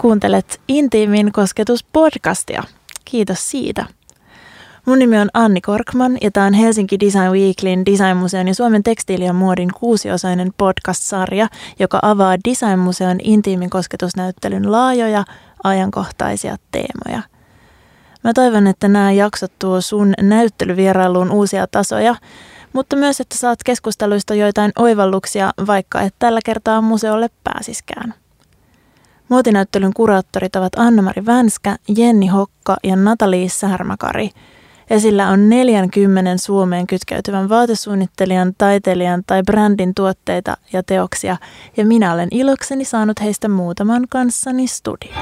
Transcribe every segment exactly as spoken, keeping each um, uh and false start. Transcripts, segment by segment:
kuuntelet Intiimin kosketus-podcastia. Kiitos siitä. Mun nimi on Anni Korkman ja tämä on Helsinki Design Weeklyn Designmuseon ja Suomen tekstiili- ja muodin kuusiosainen podcast-sarja, joka avaa Designmuseon intiimin kosketusnäyttelyn laajoja, ajankohtaisia teemoja. Mä toivon, että nämä jaksot tuo sun näyttelyvierailuun uusia tasoja, mutta myös, että saat keskusteluista joitain oivalluksia, vaikka et tällä kertaa museolle pääsiskään. Muotinäyttelyn kuraattorit ovat Anna-Mari Vänskä, Jenni Hokka ja Natali Särmäkari. Esillä on neljänkymmenen Suomeen kytkeytyvän vaatesuunnittelijan, taiteilijan tai brändin tuotteita ja teoksia, ja minä olen ilokseni saanut heistä muutaman kanssani studioon.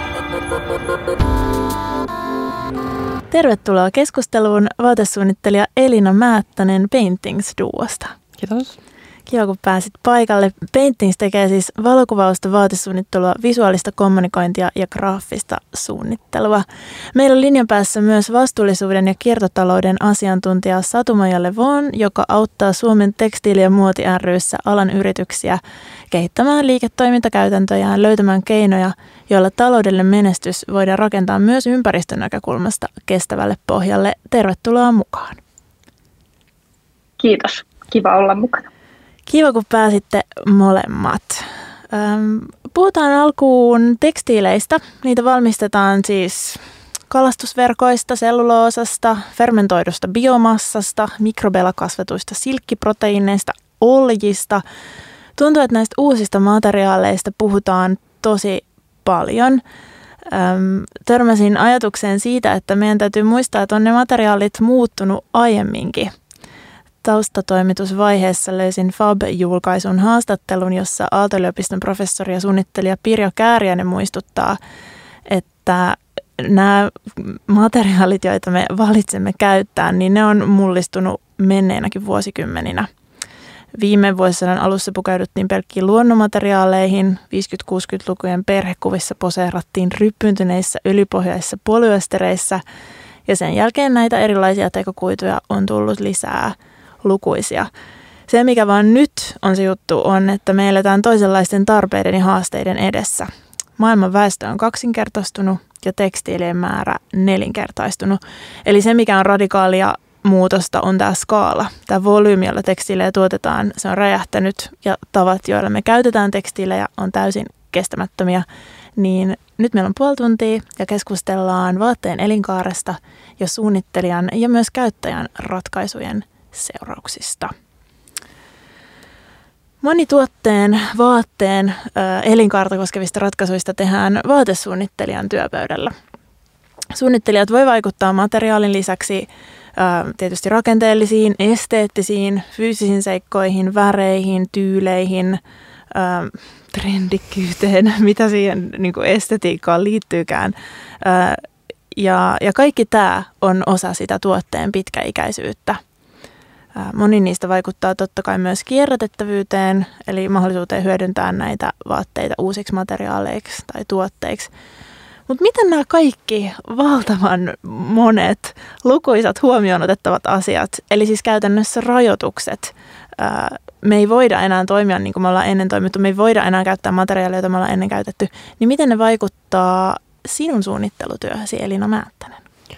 Tervetuloa keskusteluun vaatesuunnittelija Elina Määttänen Paintings-duosta. Kiitos. Kiva, kun pääsit paikalle. Paintings tekee siis valokuvausta, vaatesuunnittelua, visuaalista kommunikointia ja graafista suunnittelua. Meillä on linjan päässä myös vastuullisuuden ja kiertotalouden asiantuntija Satu-Maija Levon, joka auttaa Suomen tekstiili- ja muoti ry:ssä alan yrityksiä kehittämään liiketoimintakäytäntöjään, löytämään keinoja, joilla taloudellinen menestys voidaan rakentaa myös ympäristön näkökulmasta kestävälle pohjalle. Tervetuloa mukaan. Kiitos. Kiva olla mukana. Kiva, kun pääsitte molemmat. Puhutaan alkuun tekstiileistä. Niitä valmistetaan siis kalastusverkoista, selluloosasta, fermentoidusta biomassasta, mikrobelakasvetuista silkkiproteiineista, oljista. Tuntuu, että näistä uusista materiaaleista puhutaan tosi paljon. Törmäsin ajatukseen siitä, että meidän täytyy muistaa, että on ne materiaalit muuttunut aiemminkin. Taustatoimitusvaiheessa löysin Fab-julkaisun haastattelun, jossa Aalto-yliopiston professori ja suunnittelija Pirjo Kääriäinen muistuttaa, että nämä materiaalit, joita me valitsemme käyttää, niin ne on mullistunut menneenäkin vuosikymmeninä. Viime vuosisadan alussa pukeuduttiin pelkkiin luonnonmateriaaleihin, viisikymmentä-kuusikymmentälukujen perhekuvissa poseerattiin ryppyntyneissä öljypohjaisissa polyestereissä ja sen jälkeen näitä erilaisia tekokuituja on tullut lisää lukuisia. Se, mikä vaan nyt on se juttu, on, että me eletään toisenlaisten tarpeiden ja haasteiden edessä. Maailman väestö on kaksinkertaistunut ja tekstiilien määrä nelinkertaistunut. Eli se, mikä on radikaalia muutosta, on tämä skaala. Tämä volyymi, jolla tekstiilejä tuotetaan, se on räjähtänyt ja tavat, joilla me käytetään tekstiilejä, on täysin kestämättömiä. Niin nyt meillä on puoli tuntia ja keskustellaan vaatteen elinkaaresta ja suunnittelijan ja myös käyttäjän ratkaisujen seurauksista. Moni tuotteen, vaatteen, äh, elinkaarta koskevista ratkaisuista tehdään vaatesuunnittelijan työpöydällä. Suunnittelijat voi vaikuttaa materiaalin lisäksi äh, tietysti rakenteellisiin, esteettisiin, fyysisiin seikkoihin, väreihin, tyyleihin, äh, trendikkyyteen, mitä siihen niin kuin estetiikkaan liittyykään. Äh, ja, ja kaikki tämä on osa sitä tuotteen pitkäikäisyyttä. Moni niistä vaikuttaa totta kai myös kierrätettävyyteen, eli mahdollisuuteen hyödyntää näitä vaatteita uusiksi materiaaleiksi tai tuotteiksi. Mutta miten nämä kaikki valtavan monet lukuisat huomioon otettavat asiat, eli siis käytännössä rajoitukset, me ei voida enää toimia niin kuin me ollaan ennen toimittu, me ei voida enää käyttää materiaaleja, joita me ollaan ennen käytetty, niin miten ne vaikuttaa sinun suunnittelutyöhösi, Elina Määttänen?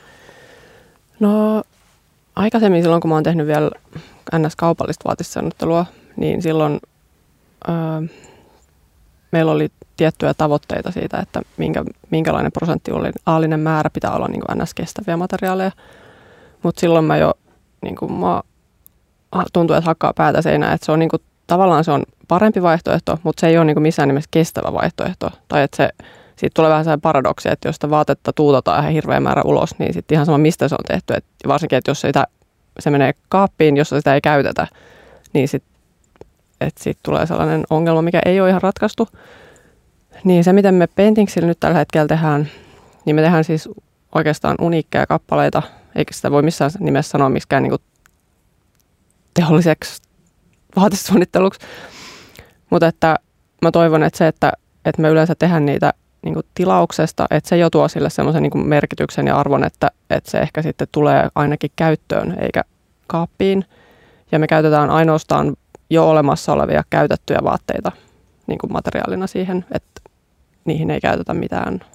No aikaisemmin silloin, kun mä oon tehnyt vielä N S-kaupallista vaatesuunnittelua, niin silloin öö, meillä oli tiettyjä tavoitteita siitä, että minkä, minkälainen prosentuaalinen määrä pitää olla niin kuin N S-kestäviä materiaaleja. Mutta silloin mä jo, niin kuin mä tuntuu, että hakkaa päätä seinään, että se on niin kuin, tavallaan se on parempi vaihtoehto, mutta se ei ole niin kuin missään nimessä kestävä vaihtoehto. Tai että se, siitä tulee vähän sellainen paradoksi, että jos sitä vaatetta tuutetaan ihan hirveä määrä ulos, niin sitten ihan sama mistä se on tehty. Et varsinkin, että jos sitä, se menee kaappiin, jossa sitä ei käytetä, niin sitten sit tulee sellainen ongelma, mikä ei ole ihan ratkaistu. Niin se, miten me Paintingsilla nyt tällä hetkellä tehdään, niin me tehdään siis oikeastaan uniikkeja kappaleita, eikä sitä voi missään nimessä sanoa miksikään niin kuin teolliseksi vaatesuunnitteluksi. Mutta että mä toivon, että se, että, että me yleensä tehdään niitä niin kuin tilauksesta, että se jo tuo sille semmoisen niin kuin merkityksen ja arvon, että, että se ehkä sitten tulee ainakin käyttöön eikä kaappiin. Ja me käytetään ainoastaan jo olemassa olevia käytettyjä vaatteita niin kuin materiaalina siihen, että niihin ei käytetä mitään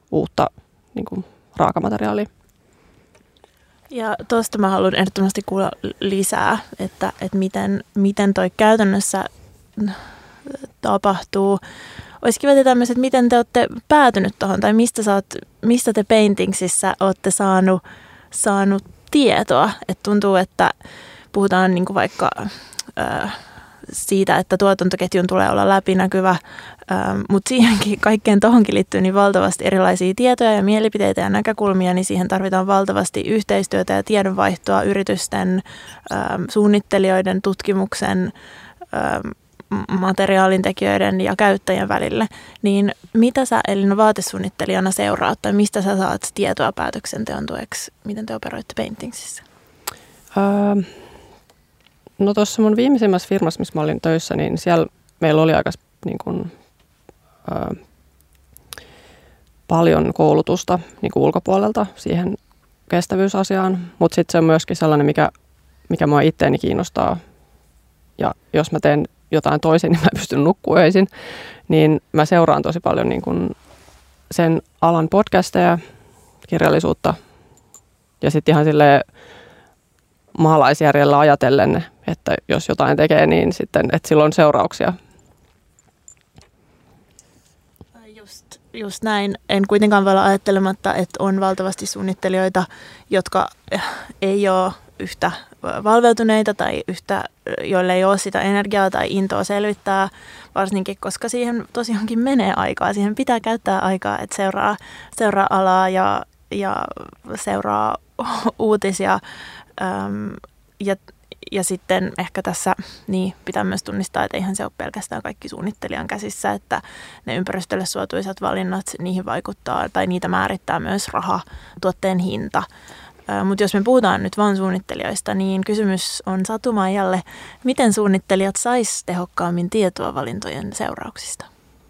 uutta niin kuin raakamateriaalia. Ja tuosta mä haluan ehdottomasti kuulla lisää, että, että miten, miten toi käytännössä tapahtuu. Olisi kiva tietää myös, että miten te olette päätynyt tuohon, tai mistä, sä oot, mistä te Paintingsissä olette saanut, saanut tietoa. Että tuntuu, että puhutaan niin kuin vaikka äh, siitä, että tuotantoketjun tulee olla läpinäkyvä, ähm, mutta siihenkin kaikkeen tuohonkin liittyy niin valtavasti erilaisia tietoja ja mielipiteitä ja näkökulmia, niin siihen tarvitaan valtavasti yhteistyötä ja tiedonvaihtoa yritysten, ähm, suunnittelijoiden, tutkimuksen, ähm, materiaalintekijöiden ja käyttäjän välille. Niin mitä sä Elina vaatesuunnittelijana seuraat tai mistä sä saat tietoa päätöksenteon tueksi? Miten te operoitte Paintingsissä? Uh, no tuossa mun viimeisimmässä firmassa, missä mä olin töissä, niin siellä meillä oli aika niin kuin, uh, paljon koulutusta niin kuin ulkopuolelta siihen kestävyysasiaan, mutta sitten se on myöskin sellainen, mikä, mikä mua itteeni kiinnostaa. Ja jos mä teen jotain toisin, niin mä pystyn nukkumaan öisin, niin mä seuraan tosi paljon niin kuin sen alan podcasteja, kirjallisuutta ja sitten ihan silleen maalaisjärjellä ajatellen, että jos jotain tekee, niin sitten, että sillä on seurauksia. Just, just näin. En kuitenkaan vielä ajattelematta, että on valtavasti suunnittelijoita, jotka ei ole yhtä valveutuneita tai yhtä, joille ei ole sitä energiaa tai intoa selvittää, varsinkin koska siihen tosiaankin menee aikaa. Siihen pitää käyttää aikaa, että seuraa, seuraa alaa ja, ja seuraa uutisia. Öm, ja, ja sitten ehkä tässä niin pitää myös tunnistaa, että eihän se ole pelkästään kaikki suunnittelijan käsissä, että ne ympäristölle suotuisat valinnat, niihin vaikuttaa tai niitä määrittää myös raha, tuotteen hinta. Mutta jos me puhutaan nyt vain suunnittelijoista, niin kysymys on Satu Maijalle, miten suunnittelijat sais tehokkaammin tietoa valintojen seurauksista?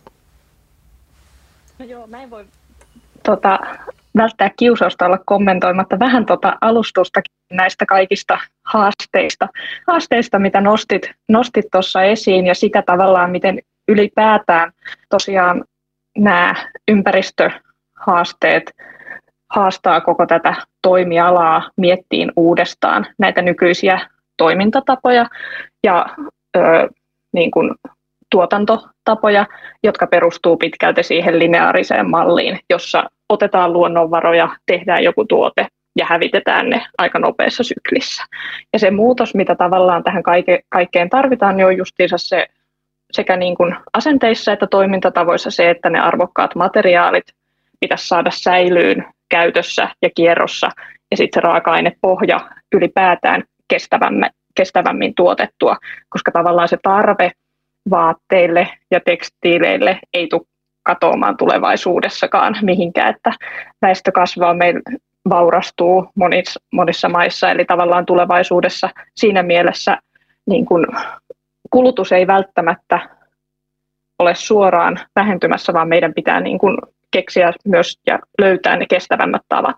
No joo, mä en voi tota, välttää kiusausta olla kommentoimatta vähän tota alustustakin näistä kaikista haasteista, haasteista mitä nostit nostit tuossa esiin ja sitä tavallaan, miten ylipäätään tosiaan nämä ympäristöhaasteet haastaa koko tätä toimialaa miettiin uudestaan näitä nykyisiä toimintatapoja ja ö, niin kuin tuotantotapoja, jotka perustuu pitkälti siihen lineaariseen malliin, jossa otetaan luonnonvaroja, tehdään joku tuote ja hävitetään ne aika nopeassa syklissä. Ja se muutos, mitä tavallaan tähän kaike, kaikkeen tarvitaan, niin on justiinsa se sekä niin kuin asenteissa että toimintatavoissa se, että ne arvokkaat materiaalit pitäisi saada säilyyn käytössä ja kierrossa ja sitten se raaka-ainepohja ylipäätään kestävämmin, kestävämmin tuotettua, koska tavallaan se tarve vaatteille ja tekstiileille ei tule katoamaan tulevaisuudessakaan mihinkään, että väestö kasvaa, meillä vaurastuu monissa, monissa maissa, eli tavallaan tulevaisuudessa siinä mielessä niin kun kulutus ei välttämättä ole suoraan vähentymässä, vaan meidän pitää niin kun keksiä myös ja löytää ne kestävämmät tavat.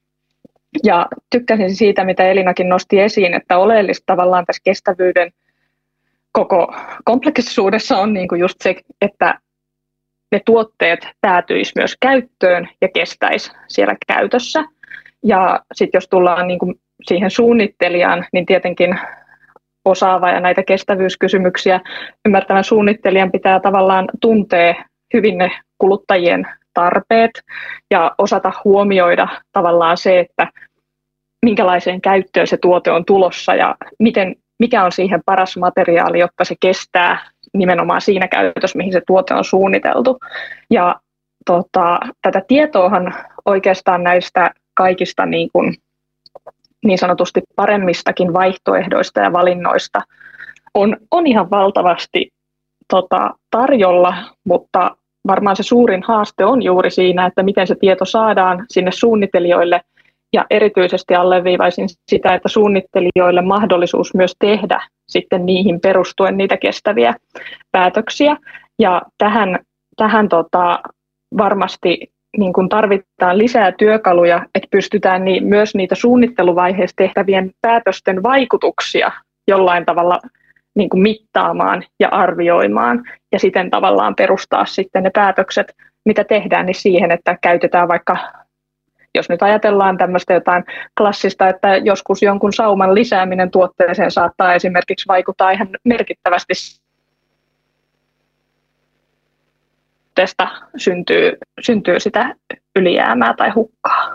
Ja tykkäsin siitä, mitä Elinakin nosti esiin, että oleellista tavallaan tässä kestävyyden koko kompleksisuudessa on niin kuin just se, että ne tuotteet päätyisi myös käyttöön ja kestäisi siellä käytössä. Ja sitten jos tullaan niin kuin siihen suunnittelijaan, niin tietenkin osaava ja näitä kestävyyskysymyksiä ymmärtävän suunnittelijan pitää tavallaan tuntea hyvin ne kuluttajien tarpeet ja osata huomioida tavallaan se, että minkälaiseen käyttöön se tuote on tulossa ja miten, mikä on siihen paras materiaali, jotta se kestää nimenomaan siinä käytössä, mihin se tuote on suunniteltu. Ja tota, tätä tietoahan oikeastaan näistä kaikista niin, kuin, niin sanotusti paremmistakin vaihtoehdoista ja valinnoista on, on ihan valtavasti tota, tarjolla, mutta varmaan se suurin haaste on juuri siinä, että miten se tieto saadaan sinne suunnittelijoille ja erityisesti alleviivaisin sitä, että suunnittelijoille mahdollisuus myös tehdä sitten niihin perustuen niitä kestäviä päätöksiä. Ja tähän, tähän tota, varmasti niin kun tarvitaan lisää työkaluja, että pystytään niin, myös niitä suunnitteluvaiheessa tehtävien päätösten vaikutuksia jollain tavalla niin kuin mittaamaan ja arvioimaan ja siten tavallaan perustaa sitten ne päätökset mitä tehdään, niin siihen, että käytetään vaikka, jos nyt ajatellaan tämmöistä jotain klassista, että joskus jonkun sauman lisääminen tuotteeseen saattaa esimerkiksi vaikuttaa ihan merkittävästi, syntyy, syntyy sitä ylijäämää tai hukkaa.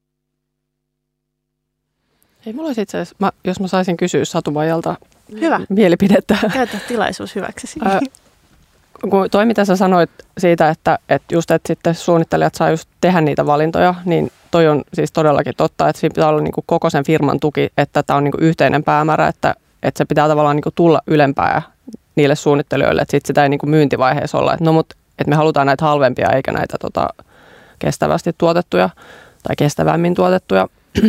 Ei mulla olisi itse asiassa, mä, jos mä saisin kysyä Satu Maijalta Hyvä. mielipidettä. Käytä tilaisuus hyväksesi. Ä, kun toi, mitä sä sanoit siitä, että, että just, että sitten suunnittelijat saa just tehdä niitä valintoja, niin toi on siis todellakin totta, että siinä pitää olla niin kuin koko sen firman tuki, että tämä on niin kuin yhteinen päämäärä, että, että se pitää tavallaan niin kuin tulla ylempää niille suunnittelijoille, että sit sitä ei niin kuin myyntivaiheessa olla, että no mut, että me halutaan näitä halvempia eikä näitä tota, kestävästi tuotettuja tai kestävämmin tuotettuja.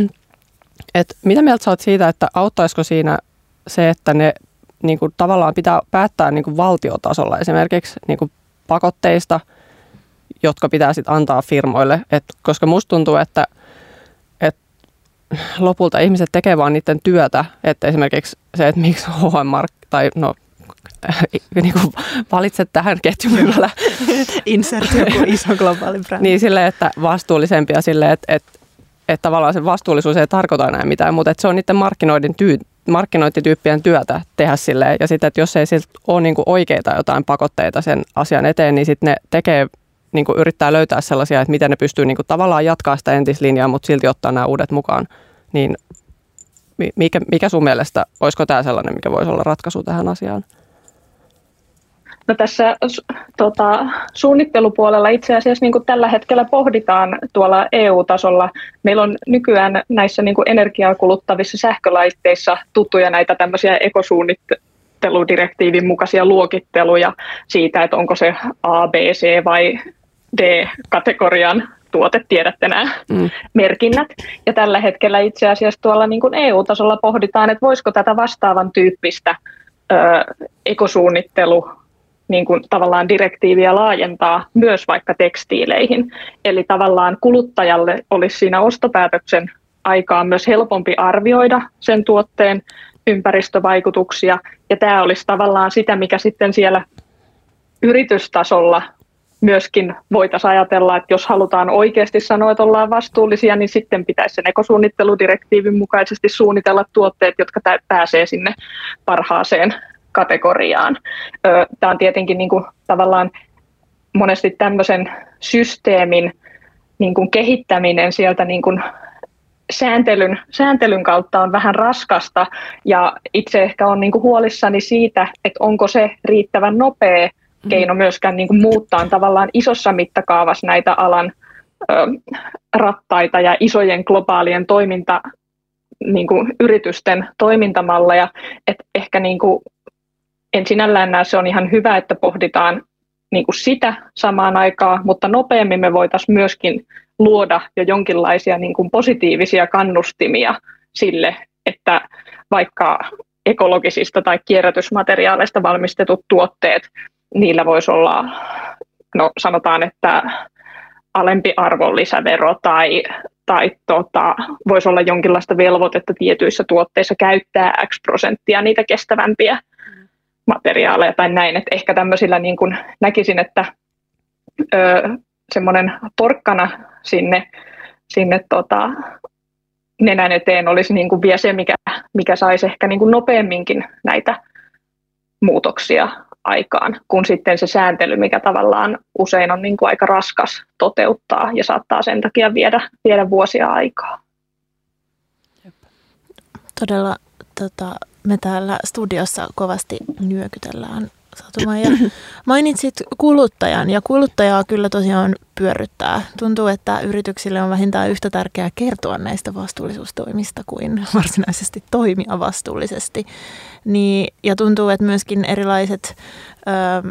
Et mitä mieltä sä oot siitä, että auttaisiko siinä se, että ne niin kuin, tavallaan pitää päättää niin kuin valtiotasolla esimerkiksi niin kuin pakotteista, jotka pitää sitten antaa firmoille, et, koska musta tuntuu, että et lopulta ihmiset tekee vaan niiden työtä, että esimerkiksi se, että miksi H and M tai no niin kuin valitset tähän ketjumyymälä. Insert joku iso globaali brändi. Niin silleen, että vastuullisempia silleen, että, että, että tavallaan se vastuullisuus ei tarkoita enää mitään, mutta että se on niiden markkinoiden tyy, markkinointityyppien työtä tehdä silleen. Ja sitten, että jos ei siltä ole niin kuin oikeita jotain pakotteita sen asian eteen, niin sitten ne tekee, niin kuin yrittää löytää sellaisia, että miten ne pystyy niin kuin tavallaan jatkaa sitä entislinjaa, mutta silti ottaa nämä uudet mukaan. Niin mikä, mikä sun mielestä, olisiko tämä sellainen, mikä voisi olla ratkaisu tähän asiaan? No tässä tota, suunnittelupuolella itse asiassa niin kuin tällä hetkellä pohditaan tuolla E U-tasolla. Meillä on nykyään näissä niin kuin energiaa kuluttavissa sähkölaitteissa tuttuja näitä tämmöisiä ekosuunnitteludirektiivin mukaisia luokitteluja siitä, että onko se A, B, C vai D-kategorian tuote, tiedätte nämä mm. merkinnät. Ja tällä hetkellä itse asiassa tuolla niin kuin E U-tasolla pohditaan, että voisiko tätä vastaavan tyyppistä ö, ekosuunnittelu niin kuin tavallaan direktiiviä laajentaa myös vaikka tekstiileihin. Eli tavallaan kuluttajalle olisi siinä ostopäätöksen aikaa myös helpompi arvioida sen tuotteen ympäristövaikutuksia. Ja tämä olisi tavallaan sitä, mikä sitten siellä yritystasolla myöskin voitaisiin ajatella, että jos halutaan oikeasti sanoa, että ollaan vastuullisia, niin sitten pitäisi sen ekosuunnitteludirektiivin mukaisesti suunnitella tuotteet, jotka pääsee sinne parhaaseen kategoriaan. Tämä on tietenkin niin kuin tavallaan monesti tämmöisen systeemin niin kuin kehittäminen sieltä niin kuin sääntelyn, sääntelyn kautta on vähän raskasta, ja itse ehkä olen niin kuin huolissani siitä, että onko se riittävän nopea keino myöskään niin kuin muuttaa tavallaan isossa mittakaavassa näitä alan ö, rattaita ja isojen globaalien toiminta, niin kuin yritysten toimintamalleja, että ehkä niin kuin en sinällään näe, se on ihan hyvä, että pohditaan niin kuin sitä samaan aikaan, mutta nopeammin me voitaisiin myöskin luoda jo jonkinlaisia niin kuin positiivisia kannustimia sille, että vaikka ekologisista tai kierrätysmateriaaleista valmistetut tuotteet, niillä voisi olla, no sanotaan, että alempi arvonlisävero tai, tai tota, voisi olla jonkinlaista velvoitetta tietyissä tuotteissa käyttää X prosenttia niitä kestävämpiä materiaaleja tai näin, että ehkä tämmöisillä niin kuin näkisin, että ö, semmoinen porkkana sinne, sinne tota, nenän eteen olisi niin kuin vielä se, mikä, mikä saisi ehkä niin kuin nopeamminkin näitä muutoksia aikaan, kun sitten se sääntely, mikä tavallaan usein on niin kuin aika raskas toteuttaa ja saattaa sen takia viedä, viedä vuosia aikaa. Todella tota, me täällä studiossa kovasti nyökytellään, Satu Maija. Mainitsit kuluttajan, ja kuluttajaa kyllä tosiaan pyörryttää. Tuntuu, että yrityksille on vähintään yhtä tärkeää kertoa näistä vastuullisuustoimista kuin varsinaisesti toimia vastuullisesti. Niin, ja tuntuu, että myöskin erilaiset, öö,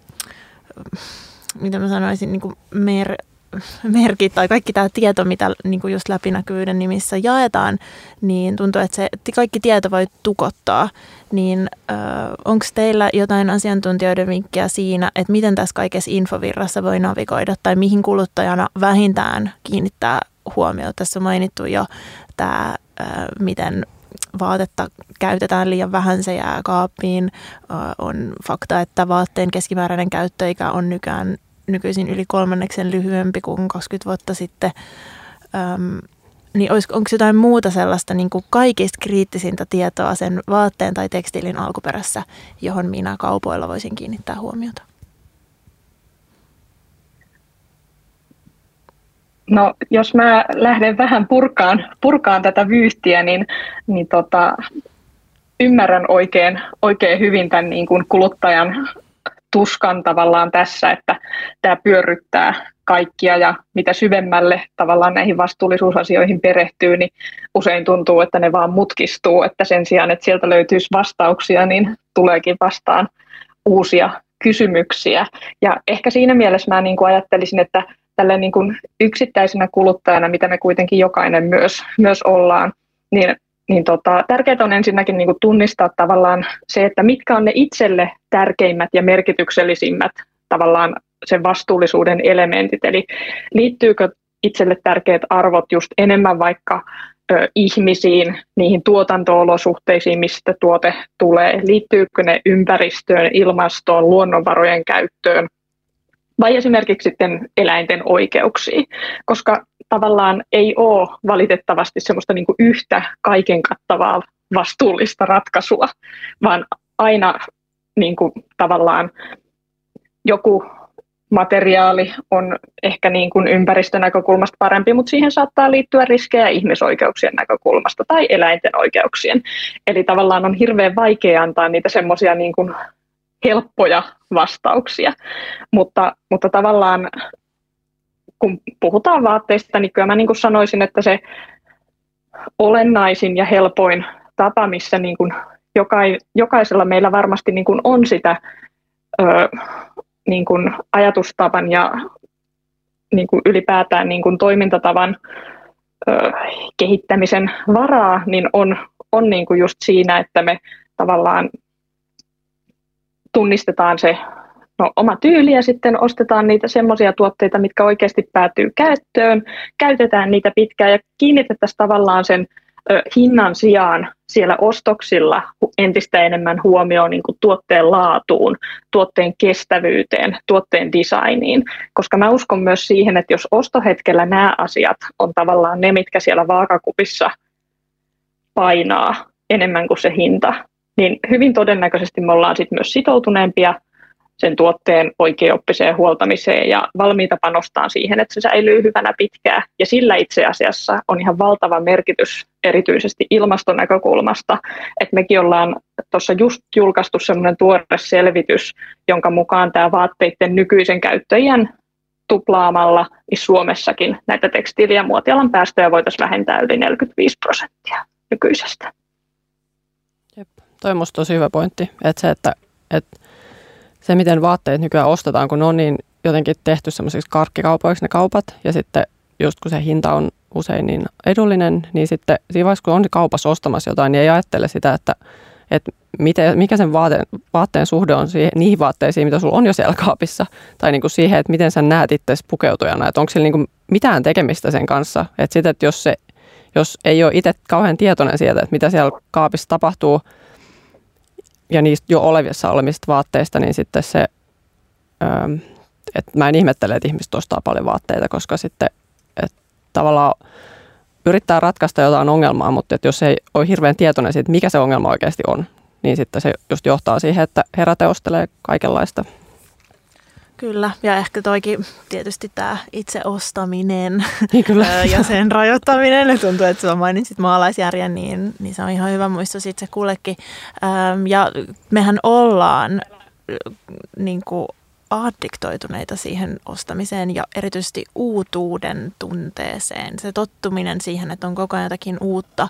mitä mä sanoisin, niin kuin mer... merkit tai kaikki tämä tieto, mitä niin kuin just läpinäkyvyyden nimissä jaetaan, niin tuntuu, että se kaikki tieto voi tukottaa. Niin onko teillä jotain asiantuntijoiden vinkkiä siinä, että miten tässä kaikessa infovirrassa voi navigoida tai mihin kuluttajana vähintään kiinnittää huomiota? Tässä on mainittu jo tämä, miten vaatetta käytetään liian vähän, se jää kaappiin. On fakta, että vaatteen keskimääräinen käyttöikä on nykyään nykyisin yli kolmanneksen lyhyempi kuin kaksikymmentä vuotta sitten. Öm, niin onko jotain muuta sellaista niin kuin kaikista kriittisintä tietoa sen vaatteen tai tekstiilin alkuperässä, johon minä kaupoilla voisin kiinnittää huomiota? No, jos mä lähden vähän purkaan, purkaan tätä vyyhtiä, niin, niin tota, ymmärrän oikein, oikein hyvin tämän niin kuin kuluttajan tuskan tavallaan tässä, että tämä pyörryttää kaikkia ja mitä syvemmälle tavallaan näihin vastuullisuusasioihin perehtyy, niin usein tuntuu, että ne vaan mutkistuu, että sen sijaan, että sieltä löytyisi vastauksia, niin tuleekin vastaan uusia kysymyksiä. Ja ehkä siinä mielessä mä niin kuin ajattelisin, että tällä niin kuin yksittäisenä kuluttajana, mitä me kuitenkin jokainen myös, myös ollaan, niin, niin tota, tärkeää on ensinnäkin niin kuin tunnistaa tavallaan se, että mitkä on ne itselle tärkeimmät ja merkityksellisimmät tavallaan sen vastuullisuuden elementit. Eli liittyykö itselle tärkeät arvot just enemmän vaikka ö, ihmisiin, niihin tuotanto-olosuhteisiin, mistä tuote tulee, liittyykö ne ympäristöön, ilmastoon, luonnonvarojen käyttöön, vai esimerkiksi sitten eläinten oikeuksiin, koska tavallaan ei ole valitettavasti semmoista niin kuin yhtä kaiken kattavaa vastuullista ratkaisua, vaan aina niin kuin tavallaan joku materiaali on ehkä niin kuin ympäristönäkökulmasta parempi, mutta siihen saattaa liittyä riskejä ihmisoikeuksien näkökulmasta tai eläinten oikeuksien. Eli tavallaan on hirveän vaikea antaa niitä semmoisia niin kuin helppoja vastauksia, mutta, mutta tavallaan kun puhutaan vaatteista, niin kyllä mä niin kuin sanoisin, että se olennaisin ja helpoin tapa, missä niin kuin jokaisella meillä varmasti niin kuin on sitä ö, niin kuin ajatustavan ja niin kuin ylipäätään niin kuin toimintatavan ö, kehittämisen varaa, niin on, on niin kuin just siinä, että me tavallaan tunnistetaan se no, oma tyyli ja sitten ostetaan niitä semmoisia tuotteita, mitkä oikeasti päätyy käyttöön, käytetään niitä pitkään ja kiinnitettäisiin tavallaan sen ö, hinnan sijaan siellä ostoksilla entistä enemmän huomioon niin kuin tuotteen laatuun, tuotteen kestävyyteen, tuotteen designiin, koska mä uskon myös siihen, että jos ostohetkellä nämä asiat on tavallaan ne, mitkä siellä vaakakupissa painaa enemmän kuin se hinta, niin hyvin todennäköisesti me ollaan sit myös sitoutuneempia sen tuotteen oikeaoppiseen huoltamiseen ja valmiita panostaa siihen, että se säilyy hyvänä pitkään. Ja sillä itse asiassa on ihan valtava merkitys erityisesti ilmaston näkökulmasta, että mekin ollaan tuossa just julkaistu semmoinen tuore selvitys, jonka mukaan tämä vaatteiden nykyisen käyttöiän tuplaamalla, niin Suomessakin näitä tekstiili- ja muotialan päästöjä voitaisiin vähentää yli neljäkymmentäviisi prosenttia nykyisestä. Jep. Toi on musta tosi hyvä pointti, että se, että, että se, miten vaatteet nykyään ostetaan, kun ne on niin jotenkin tehty semmoisiksi karkkikaupoiksi ne kaupat, ja sitten just kun se hinta on usein niin edullinen, niin sitten siinä vaiheessa, kun on kaupassa ostamassa jotain, niin ei ajattele sitä, että, että miten, mikä sen vaatteen, vaatteen suhde on siihen, niihin vaatteisiin, mitä sulla on jo siellä kaapissa, tai niin kuin siihen, että miten sä näet itse pukeutujana, että onko sillä niin kuin mitään tekemistä sen kanssa, että sitten, että jos, se, jos ei ole itse kauhean tietoinen siitä, että mitä siellä kaapissa tapahtuu, ja niistä jo olevissa olemista vaatteista, niin sitten se, että mä en ihmettele, että ihmiset ostaa paljon vaatteita, koska sitten että tavallaan yrittää ratkaista jotain ongelmaa, mutta että jos ei ole hirveän tietoinen siitä, mikä se ongelma oikeasti on, niin sitten se just johtaa siihen, että heräte ostelee kaikenlaista. Kyllä, ja ehkä toikin tietysti tämä itse ostaminen niin kyllä. ja sen rajoittaminen. Ja tuntuu, että sinä mainitsit maalaisjärjen, niin, niin se on ihan hyvä muisto sitten se kullekin. Ja mehän ollaan niin kuin addiktoituneita siihen ostamiseen ja erityisesti uutuuden tunteeseen. Se tottuminen siihen, että on koko ajan jotakin uutta.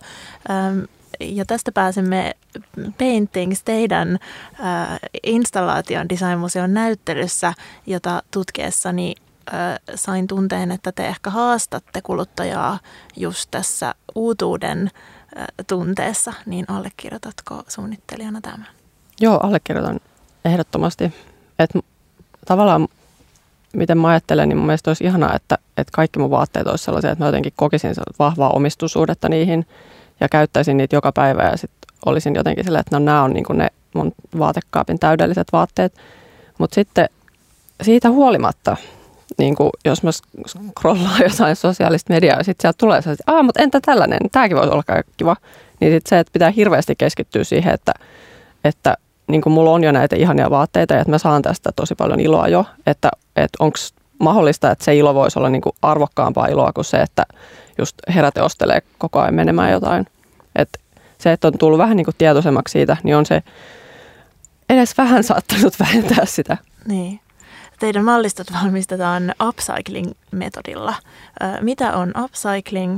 Ja tästä pääsemme Paintings, teidän äh, installaation Design-museon näyttelyssä, jota tutkiessani äh, sain tunteen, että te ehkä haastatte kuluttajaa just tässä uutuuden äh, tunteessa, niin allekirjoitatko suunnittelijana tämän? Joo, allekirjoitan ehdottomasti. Et tavallaan, miten mä ajattelen, niin mun mielestä olisi ihanaa, että, että kaikki mun vaatteet olisi sellaisia, että mä jotenkin kokisin vahvaa omistussuhdetta niihin, ja käyttäisin niitä joka päivä ja sitten olisin jotenkin silleen, että no nämä on niin kuin ne mun vaatekaapin täydelliset vaatteet. Mutta sitten siitä huolimatta, niin kuin jos mä scrollaan jotain sosiaalista mediaa ja sitten sieltä tulee se, että aah, mutta entä tällainen, tämäkin voisi olla kiva. Niin sitten se, että pitää hirveästi keskittyä siihen, että, että niin kuin mulla on jo näitä ihania vaatteita ja että mä saan tästä tosi paljon iloa jo, että, että onko mahdollista, että se ilo voisi olla niin kuin arvokkaampaa iloa kuin se, että just heräte ostelee koko ajan menemään jotain. Että se, että on tullut vähän niin kuin tietoisemmaksi siitä, niin on se edes vähän saattanut vähentää sitä. Niin. Teidän mallistot valmistetaan upcycling-metodilla. Mitä on upcycling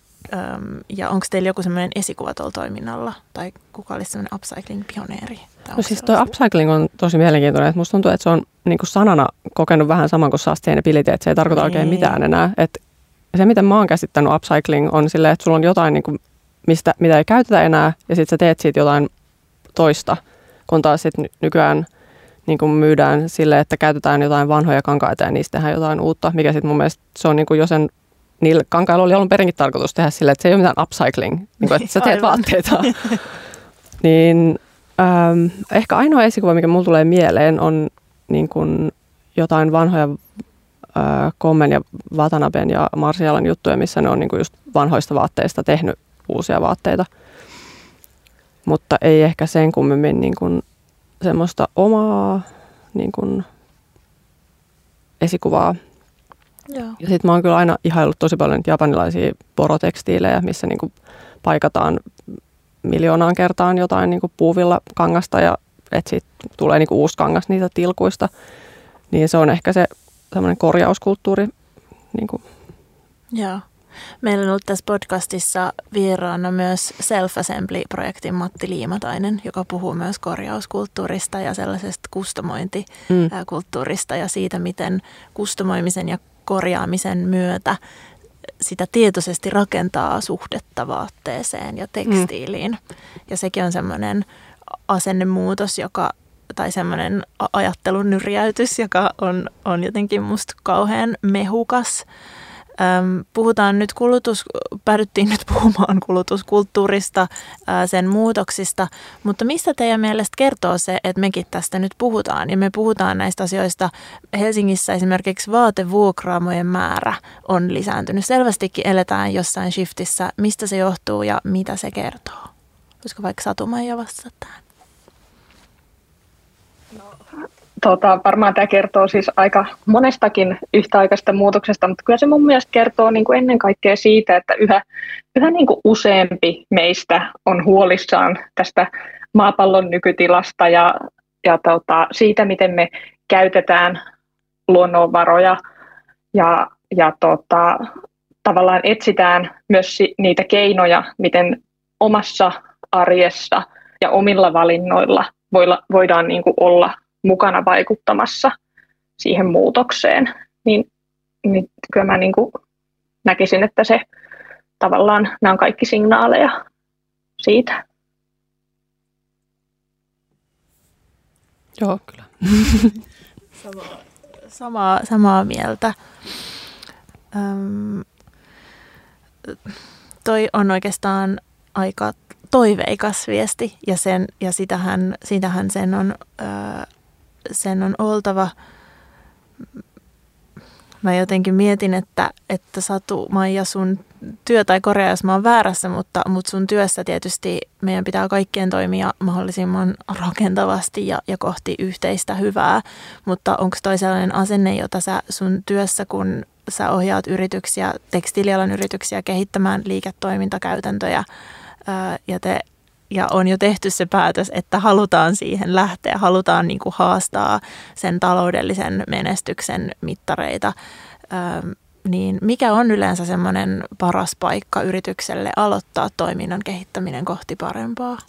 ja onko teillä joku sellainen esikuva tuolla toiminnalla? Tai kuka olisi sellainen upcycling-pioneeri? No siis tuo upcycling on tosi mielenkiintoinen. Musta tuntuu, että se on niin kuin sanana kokenut vähän saman kuin sustainability, että se ei tarkoita oikein ei. mitään enää. Et se, miten mä oon käsittänyt upcycling, on silleen, että sulla on jotain, niin kuin, mistä, mitä ei käytetä enää, ja sitten sä teet siitä jotain toista, kun taas sitten nykyään niin kuin myydään silleen, että käytetään jotain vanhoja kankaita ja niistä tehdään jotain uutta, mikä sitten mun mielestä se on niin kuin jo sen, niillä kankailla oli alun perinkin tarkoitus tehdä silleen, että se ei ole mitään upcycling, niin kuin, että sä teet vaatteita. niin ähm, ehkä ainoa esikuva, mikä mulla tulee mieleen, on niin kuin jotain vanhoja äh, Kommen ja Watanaben ja Marcialan juttuja, missä ne on niin kuin just vanhoista vaatteista tehnyt uusia vaatteita. Mutta ei ehkä sen kummemmin niin kuin semmoista omaa niin kuin esikuvaa. Joo. Ja sitten mä oon kyllä aina ihaillut tosi paljon japanilaisia porotekstiilejä, missä niin kuin paikataan miljoonaan kertaan jotain niin kuin puuvilla kangasta ja että siitä tulee niin kuin uusi kangas niitä tilkuista. Niin se on ehkä se semmoinen korjauskulttuuri. Niin kuin. Joo. Meillä on ollut tässä podcastissa vieraana myös Self-Assembly-projektin Matti Liimatainen, joka puhuu myös korjauskulttuurista ja sellaisesta kustomointikulttuurista mm. ja siitä, miten kustomoimisen ja korjaamisen myötä sitä tietoisesti rakentaa suhdetta vaatteeseen ja tekstiiliin. Mm. Ja sekin on semmoinen asennemuutos, joka, tai semmoinen ajattelun nyrjäytys, joka on, on jotenkin musta kauhean mehukas. Puhutaan nyt kulutus, päädyttiin nyt puhumaan kulutuskulttuurista, sen muutoksista, mutta mistä teidän mielestä kertoo se, että mekin tästä nyt puhutaan? Ja me puhutaan näistä asioista. Helsingissä esimerkiksi vaatevuokraamojen määrä on lisääntynyt. Selvästikin eletään jossain shiftissä. Mistä se johtuu ja mitä se kertoo? Olisiko vaikka Satu-Maija vastata tähän? Tota, varmaan tämä kertoo siis aika monestakin yhtäaikaisesta muutoksesta, mutta kyllä se mun mielestä kertoo niin kuin ennen kaikkea siitä, että yhä, yhä niin kuin useampi meistä on huolissaan tästä maapallon nykytilasta ja, ja tota, siitä, miten me käytetään luonnonvaroja ja, ja tota, tavallaan etsitään myös niitä keinoja, miten omassa arjessa ja omilla valinnoilla voidaan niin kuin olla mukana vaikuttamassa siihen muutokseen, niin, niin kyllä mä niin kuin näkisin, että se tavallaan nämä on kaikki signaaleja siitä. Joo, kyllä. Samaa, samaa, samaa mieltä. Öm, toi on oikeastaan aika toiveikas viesti ja, sen, ja sitähän, sitähän sen on... Öö, sen on oltava. Mä jotenkin mietin, että, että Satu-Maija, sun työ, tai korjaa, jos mä oon väärässä, mutta, mutta sun työssä tietysti meidän pitää kaikkien toimia mahdollisimman rakentavasti ja, ja kohti yhteistä hyvää, mutta onko toi sellainen asenne, jota sä sun työssä, kun sä ohjaat yrityksiä, tekstiilialan yrityksiä kehittämään liiketoimintakäytäntöjä ää, ja te Ja on jo tehty se päätös, että halutaan siihen lähteä, halutaan niin kuin haastaa sen taloudellisen menestyksen mittareita. Öm, niin mikä on yleensä semmoinen paras paikka yritykselle aloittaa toiminnan kehittäminen kohti parempaa?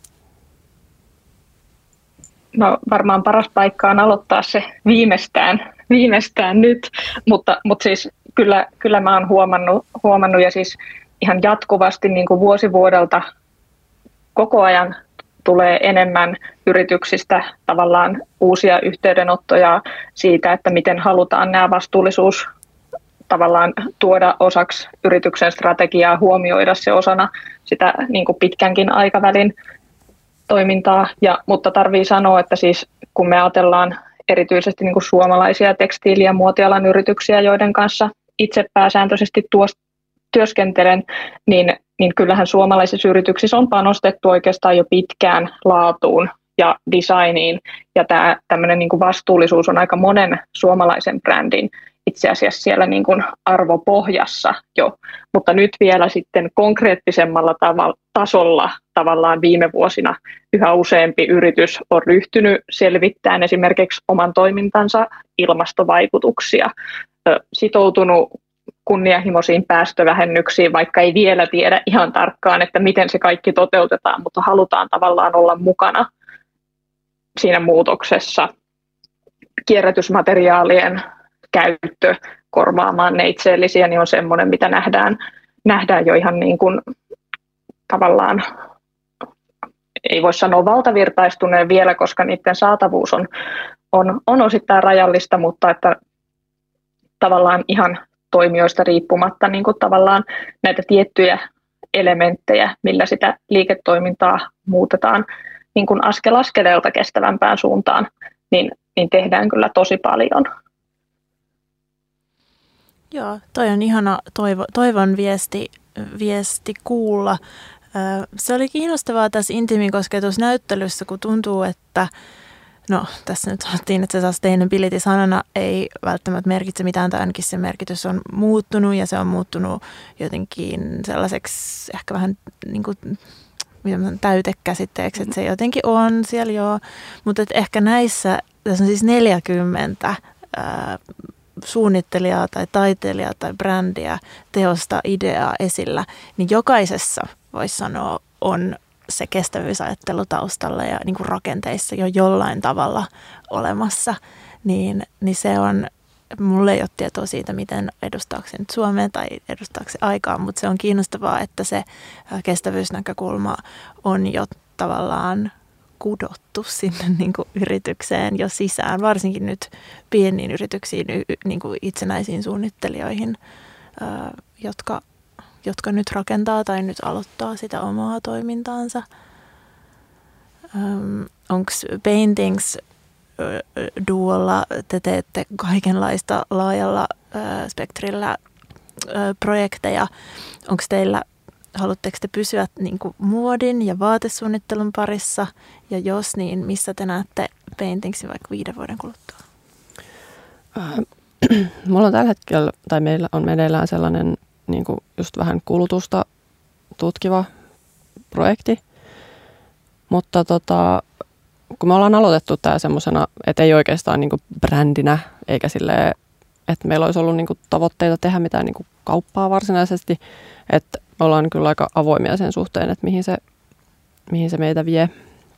No varmaan paras paikka on aloittaa se viimeistään, viimeistään nyt, mutta, mutta siis kyllä, kyllä mä oon huomannut, huomannut ja siis ihan jatkuvasti niin kuin vuosi vuodelta koko ajan tulee enemmän yrityksistä tavallaan uusia yhteydenottoja siitä, että miten halutaan nämä vastuullisuus tavallaan tuoda osaksi yrityksen strategiaa, huomioida se osana sitä niin kuin pitkänkin aikavälin toimintaa. Ja, mutta tarvii sanoa, että siis kun me ajatellaan erityisesti niin kuin suomalaisia tekstiili- ja muotialan yrityksiä, joiden kanssa itse pääsääntöisesti tuos, työskentelen, niin, niin kyllähän suomalaisissa yrityksissä on panostettu oikeastaan jo pitkään laatuun ja designiin, ja tämä tämmöinen niin kuin vastuullisuus on aika monen suomalaisen brändin itse asiassa siellä niin kuin arvopohjassa jo, mutta nyt vielä sitten konkreettisemmalla tavalla, tasolla tavallaan viime vuosina yhä useampi yritys on ryhtynyt selvittämään esimerkiksi oman toimintansa ilmastovaikutuksia, sitoutunut kunnianhimoisiin päästövähennyksiin, vaikka ei vielä tiedä ihan tarkkaan, että miten se kaikki toteutetaan, mutta halutaan tavallaan olla mukana siinä muutoksessa. Kierrätysmateriaalien käyttö korvaamaan neitseellisiä niin on semmoinen, mitä nähdään, nähdään jo ihan niin kuin tavallaan, ei voi sanoa valtavirtaistuneen vielä, koska niiden saatavuus on, on, on osittain rajallista, mutta että tavallaan ihan toimijoista riippumatta niin kuin tavallaan näitä tiettyjä elementtejä, millä sitä liiketoimintaa muutetaan niin kuin askel askeleelta kestävämpään suuntaan, niin, niin tehdään kyllä tosi paljon. Joo, toi on ihana toivo, toivon viesti, viesti kuulla. Se oli kiinnostavaa tässä Intimin kosketusnäyttelyssä, kun tuntuu, että no tässä nyt sanottiin, että se sustainability-sanana ei välttämättä merkitse mitään, tai ainakin se merkitys on muuttunut ja se on muuttunut jotenkin sellaiseksi ehkä vähän niin kuin täytekäsitteeksi, että se jotenkin on siellä joo, mutta ehkä näissä, tässä on siis neljäkymmentä ää, suunnittelijaa tai taiteilijaa tai brändiä, teosta, ideaa esillä, niin jokaisessa voisi sanoa on se kestävyysajattelu taustalla ja niin kuin rakenteissa jo jollain tavalla olemassa, niin, niin se on, mulla ei ole tietoa siitä, miten edustaako se nyt Suomea tai edustaako se aikaa, mutta se on kiinnostavaa, että se kestävyysnäkökulma on jo tavallaan kudottu sinne niin kuin yritykseen jo sisään, varsinkin nyt pieniin yrityksiin, niin kuin itsenäisiin suunnittelijoihin, jotka, jotka nyt rakentaa tai nyt aloittaa sitä omaa toimintaansa. Onko Paintings duolla te teette kaikenlaista laajalla spektrillä projekteja? Onko teillä Haluatteko te pysyä niin kuin muodin ja vaatesuunnittelun parissa? Ja jos niin, missä te näette Paintingsin vaikka viiden vuoden kuluttua? Äh, mulla on tällä hetkellä, tai meillä on meneillään sellainen niin kuin just vähän kulutusta tutkiva projekti. Mutta tota, kun me ollaan aloitettu tämä semmoisena, että ei oikeastaan niin kuin brändinä, eikä silleen, että meillä olisi ollut niin kuin tavoitteita tehdä mitään niin kuin kauppaa varsinaisesti, että me ollaan kyllä aika avoimia sen suhteen, että mihin se, mihin se meitä vie.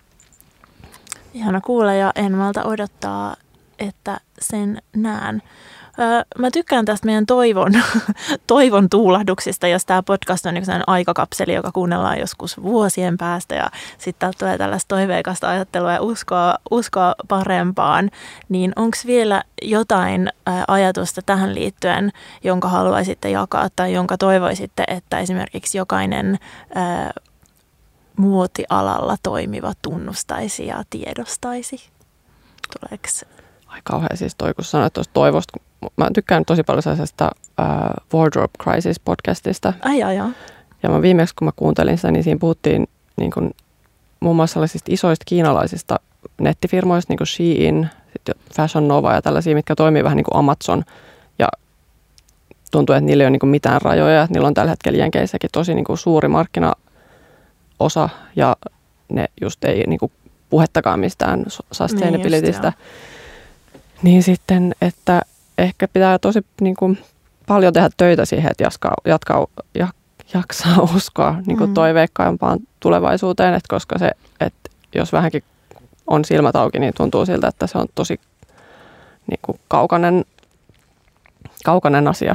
Ihana kuulla ja en malta odottaa, että sen näen. Öö, mä tykkään tästä meidän toivon, toivon tuulahduksista, jos tämä podcast on sellainen aikakapseli, joka kuunnellaan joskus vuosien päästä ja sitten täältä tulee tällaista toiveikasta ajattelua ja uskoa, uskoa parempaan, niin onko vielä jotain ää, ajatusta tähän liittyen, jonka haluaisitte jakaa tai jonka toivoisitte, että esimerkiksi jokainen ää, muotialalla toimiva tunnustaisi ja tiedostaisi? Tuleeko? Ai kauhean siis toi, kun sanoit tuosta toivosta. Mä tykkään tosi paljon sellaisesta uh, Wardrobe Crisis-podcastista. Ai, ai, ai. Ja mä viimeksi, kun mä kuuntelin sitä, niin siinä puhuttiin niin kuin, muun muassa sellaisista isoista kiinalaisista nettifirmoista, niin kuin Shein, Fashion Nova ja tällaisia, mitkä toimii vähän niin kuin Amazon. Ja tuntuu, että niillä ei ole niin kuin mitään rajoja. Niillä on tällä hetkellä Jenkeissäkin tosi niin kuin suuri markkinaosa ja ne just ei niin kuin puhettakaan mistään sustainabilitystä. Niin, niin sitten, että ehkä pitää tosi niin kuin, paljon tehdä töitä siihen, että jatkaa, jatkaa, jaksaa uskoa niin kuin mm. toiveikkaampaan tulevaisuuteen, että koska se, että jos vähänkin on silmät auki, niin tuntuu siltä, että se on tosi niin kuin, kaukainen, kaukainen asia.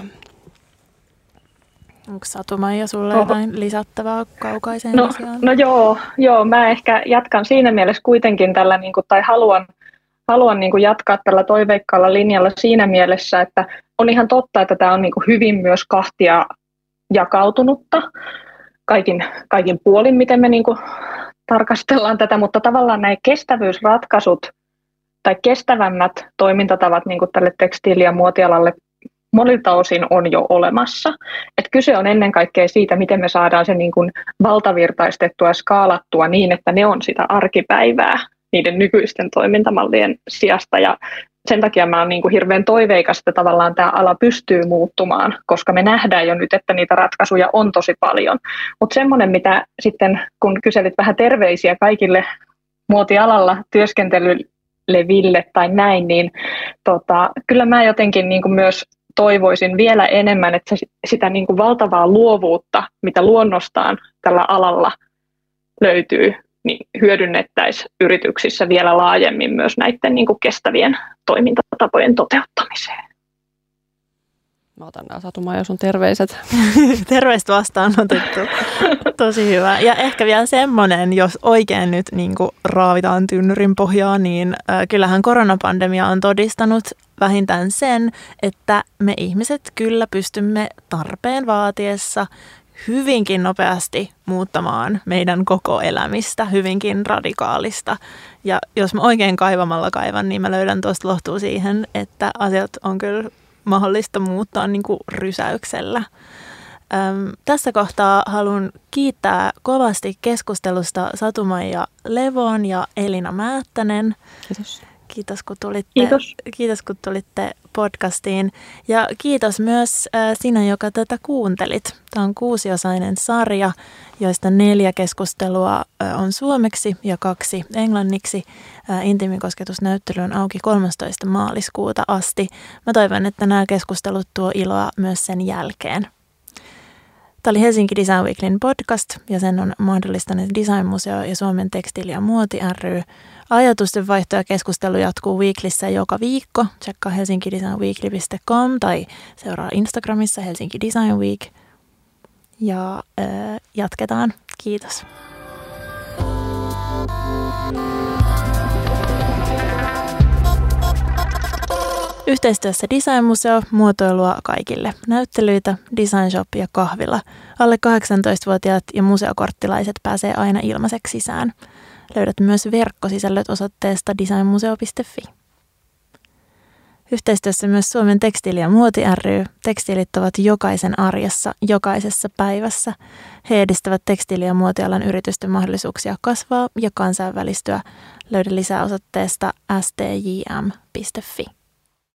Onko Satu-Maija sulle Oho. jotain lisättävää kaukaiseen no, asiaan? No joo, joo, mä ehkä jatkan siinä mielessä kuitenkin tällä, niin kuin, tai haluan, haluan niin kuin jatkaa tällä toiveikkaalla linjalla siinä mielessä, että on ihan totta, että tämä on niin kuin hyvin myös kahtia jakautunutta kaikin, kaikin puolin, miten me niin kuin tarkastellaan tätä, mutta tavallaan nämä kestävyysratkaisut tai kestävämmät toimintatavat niin kuin tälle tekstiili- ja muotialalle monilta osin on jo olemassa. Et kyse on ennen kaikkea siitä, miten me saadaan se niin kuin valtavirtaistettua ja skaalattua niin, että ne on sitä arkipäivää niiden nykyisten toimintamallien sijasta. Ja sen takia mä oon niin kuin hirveän toiveikas, että tavallaan tämä ala pystyy muuttumaan, koska me nähdään jo nyt, että niitä ratkaisuja on tosi paljon. Mutta semmoinen, mitä sitten, kun kyselit vähän terveisiä kaikille muotialalla työskenteleville tai näin, niin tota, kyllä mä jotenkin niin kuin myös toivoisin vielä enemmän, että sitä niin kuin valtavaa luovuutta, mitä luonnostaan tällä alalla löytyy, niin hyödynnettäisiin yrityksissä vielä laajemmin myös näiden niin kuin kestävien toimintatapojen toteuttamiseen. Mä otan nämä Satu-Maija sun terveiset. Terveistä vastaanotettu. Tosi hyvä. Ja ehkä vielä semmoinen, jos oikein nyt niin kuin raavitaan tynnyrin pohjaa, niin äh, kyllähän koronapandemia on todistanut vähintään sen, että me ihmiset kyllä pystymme tarpeen vaatiessa hyvinkin nopeasti muuttamaan meidän koko elämistä, hyvinkin radikaalista. Ja jos mä oikein kaivamalla kaivan, niin mä löydän tuosta lohtua siihen, että asiat on kyllä mahdollista muuttaa niin kuin rysäyksellä. Öm, tässä kohtaa haluan kiittää kovasti keskustelusta Satu-Maija Levon ja Elina Määttänen. Kiitos. Kiitos kun tulitte, kiitos. Kiitos, kun tulitte podcastiin. Ja kiitos myös äh, sinä, joka tätä kuuntelit. Tämä on kuusiosainen sarja, joista neljä keskustelua äh, on suomeksi ja kaksi englanniksi. Äh, Intiimikosketusnäyttely on auki kolmastoista maaliskuuta asti. Mä toivon, että nämä keskustelut tuo iloa myös sen jälkeen. Tämä oli Helsinki Design Weeklyn podcast ja sen on mahdollistanut Design Museo ja Suomen tekstiili- ja muoti ry. Ajatusten vaihto ja keskustelu jatkuu Weeklissä joka viikko. Tsekkaa helsinki design weekly piste com tai seuraa Instagramissa Helsinki Design Week. Ja äh, jatketaan. Kiitos. Yhteistyössä Design Museo, muotoilua kaikille. Näyttelyitä, Design Shop ja kahvila. Alle kahdeksantoistavuotiaat ja museokorttilaiset pääsee aina ilmaiseksi sisään. Löydät myös verkkosisällöt osoitteesta designmuseo piste fi. Yhteistyössä myös Suomen tekstiili- ja muoti ry. Tekstiilit ovat jokaisen arjessa, jokaisessa päivässä. He edistävät tekstiili- ja muotialan yritysten mahdollisuuksia kasvaa ja kansainvälistyä. Löydä lisää osoitteesta s t j m piste fi.